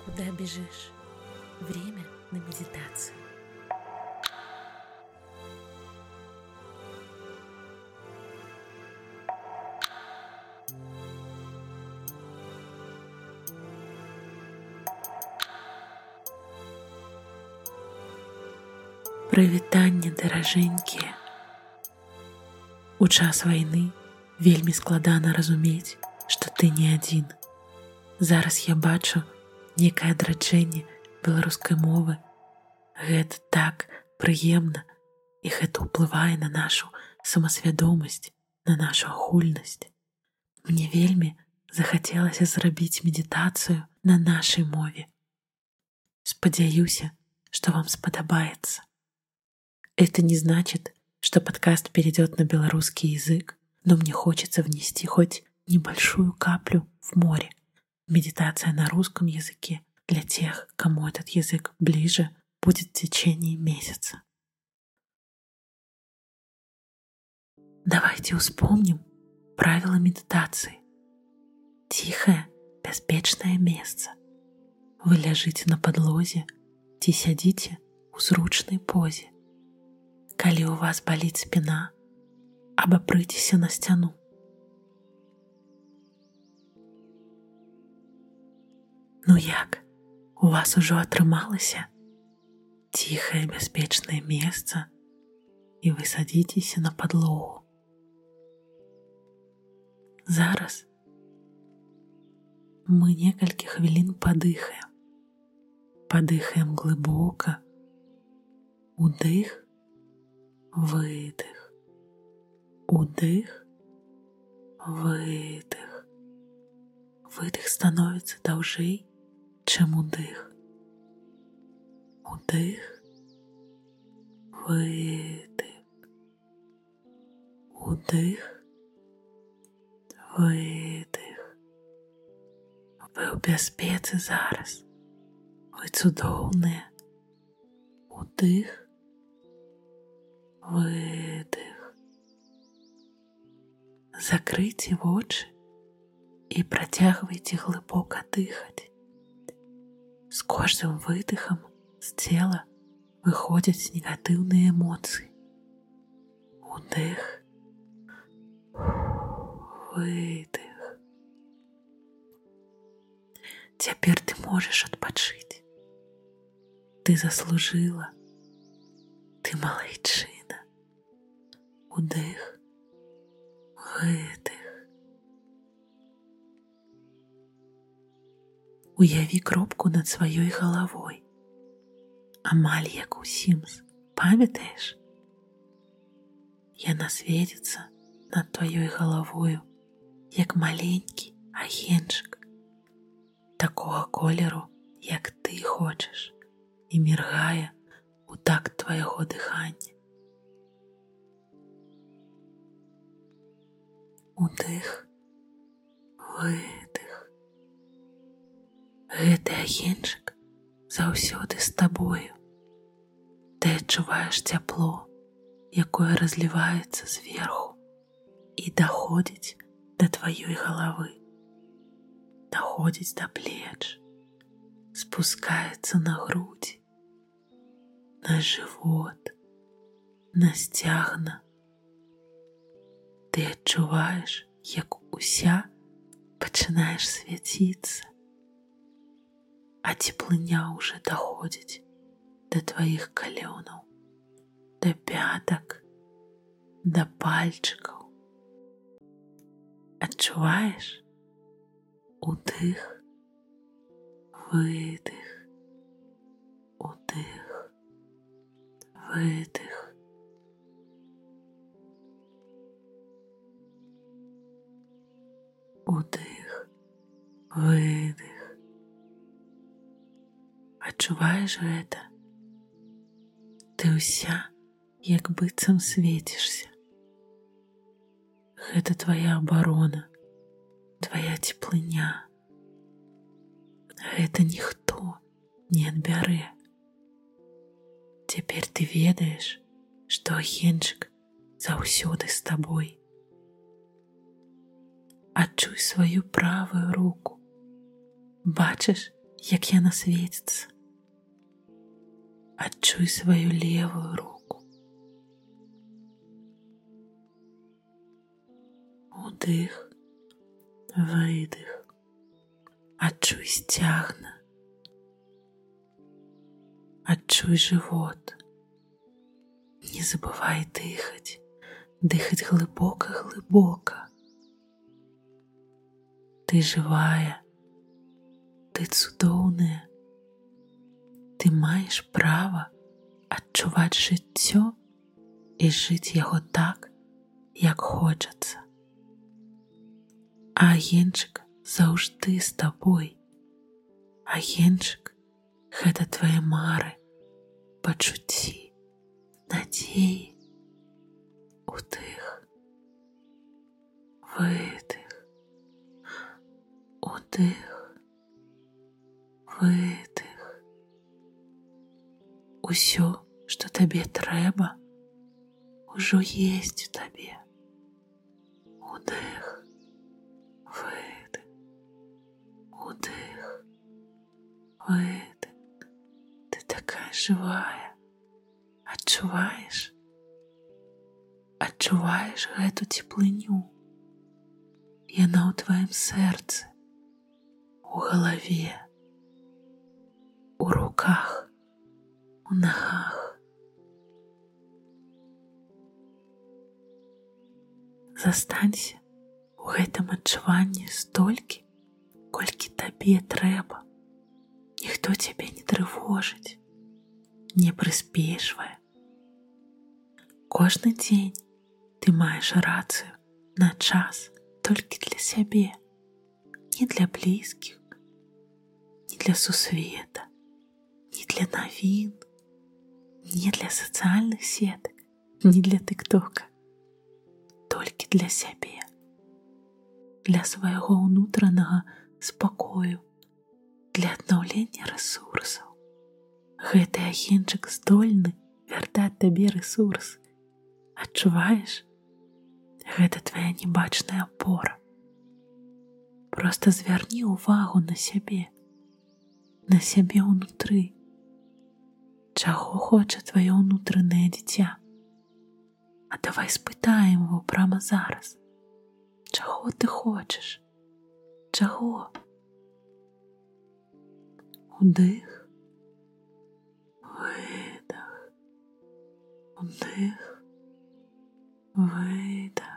Куда бежишь? Время на медитацию. Прывітанне, даражэнькія. У час вайны вельмі складана разумець, што ты не адзін. Зараз я бачу некае адраджэнне беларускай мовы. Гэта так прыемна, і гэта ўплывае на нашу самасвядомасць, на нашу агульнасць. Мне вельмі захацелася зрабіць медитацию на нашей мове. Спадзяюся, что вам сподобается. Это не значит, что подкаст перейдет на белорусский язык, но мне хочется внести хоть небольшую каплю в море. Медитация на русском языке для тех, кому этот язык ближе, будет в течение месяца. Давайте вспомним правила медитации. Тихое, бяспечнае месца. Вы ляжыце на падлозе ці сядзіце ў зручнай позе. Калі у вас баліць спіна, абапрыцеся на сцяну. Ну як, у вас ужо атрымалася? Тихае, бяспечнае месца, і вы садзіцеся на падлогу. Зараз мы некалькі хвілін падыхаем. Падыхаем глыбока. Удых, выдых. Удых, выдых. Выдых становится даўжэй, чым удых. Удых, выдых. Удых, выдых. Вы ў бяспецы зараз. Вы цудоўныя. Удых, выдых. Закрыйце вочы і працягвайце глыбока дыхаць. З кожным выдыхам з цела выходзяць негатыўныя эмоцыі. Удых, выдых. Цяпер ты можаш адпачыць. Ты заслужыла. Ты малайчына. Удых, выдых. Уяві кропку над сваёй галавой. Амаль як у Sims. Памятаеш? Яна свеціцца над тваёй галавою, як маленькі агеньчык. Такого колеру, як ты хочаш, і міргае у такт твайго дыхання. Удых, выдых. Гэты агеньчык заўсёды з табою. Ты адчуваеш цяпло, якое разліваецца зверху і даходзіць да тваёй галавы. Доходит до плеч, спускается на грудь, на живот, на стягна. Ты адчуваеш, як уся пачынаеш свяціцца, а цеплыня уже доходит до твоих калёнаў, до пятак, до пальчиков. Адчуваеш? Удых, выдых, удых, выдых. Удых, выдых. Адчуваеш гэта? Ты ўся як быццам свецішся. Гэта твоя абарона. Твоя цеплыня. Гэта ніхто не адбярэ. Цяпер ты ведаеш, што агеньчык заўсёды з табой. Адчуй сваю правую руку. Бачыш, як яна свеціцца. Адчуй сваю левую руку. Удых, выдых. Адчуй сцягна. Адчуй жывот. Не забывай дыхаць. Дыхаць глыбока-глыбока. Ты жывая. Ты цудоўная. Ты маеш права адчуваць жыццё і жыць яго так, як хочацца. А агеньчык заўжды з табой. Агеньчык — гэта твае мары, пачуцці, надзеі. Удых, выдых, удых, выдых. Усё, што табе трэба, ужо ёсць у табе. Удых, выдых, удых, выдых. Ты такая жывая. Адчуваеш? Адчуваеш гэту цеплыню? Яна ў тваім сэрцы, у галаве, у руках, у нагах. Застанься у гэтым адчуванні столькі, колькі табе трэба. Ніхто цябе не трывожыць, не прыспешвае. Кожны дзень ты маеш рацыю на час толькі для сябе, не для блізкіх, не для сусвета, не для навін, не для сацыяльных сетак, не для тыктока. Толькі для сябе, для свайго ўнутранага спакою, для аднаўлення рэсурсаў. Гэты агеньчык здольны вяртаць табе рэсурс. Адчуваеш? Гэта твая небачная апора. Проста звярні ўвагу на сябе ўнутры. Чаго хоча тваё ўнутранае дзіця? А давай спытаем его прямо зараз. Чаго ты хочаш? Чаго? Удых, выдох, удых, выдох.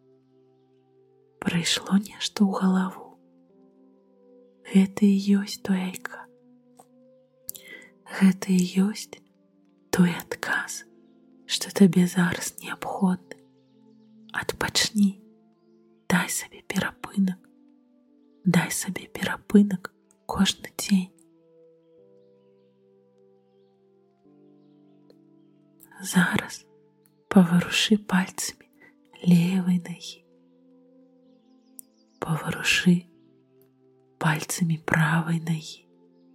Прыйшло нешта ў галаву. Гэта і ёсць твоя. Гэта і ёсць той адказ, што табе зараз неабходны. Адпачні, дай сабе перапынак. Дай сабе перапынак кожны дзень. Зараз паварушы пальцамі левай нагі. Паварушы пальцамі правай нагі.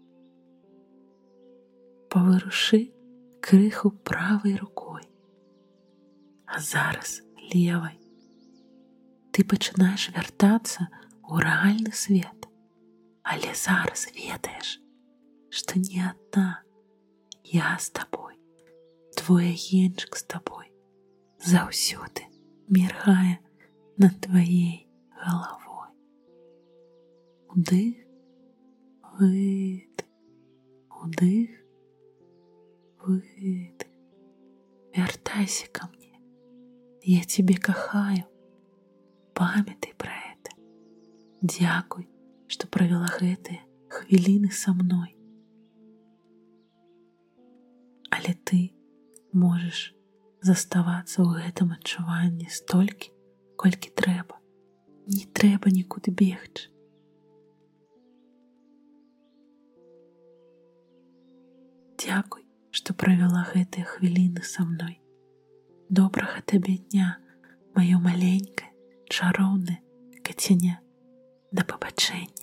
Паварушы крыху правай рукой. А зараз левай. Ты пачынаеш вяртацца ў рэальны свет. Але зараз ведаеш, што не адна. Я з табой. Твой агеньчык з табой. Заўсёды міргае над тваей галавой. Удых, выдых, удых, выдых. Вяртайся ко мне. Я тебе кахаю. Памятай пра гэта. Дзякуй, што правяла гэтыя хвіліны са мной. Але ты можаш заставацца ў гэтым адчуванні столькі, колькі трэба. Не трэба нікуды бегчы. Дзякуй, што правяла гэтыя хвіліны са мной. Добрага табе дня, маё маленькае, чароўнае кацяня. Да пабачэння.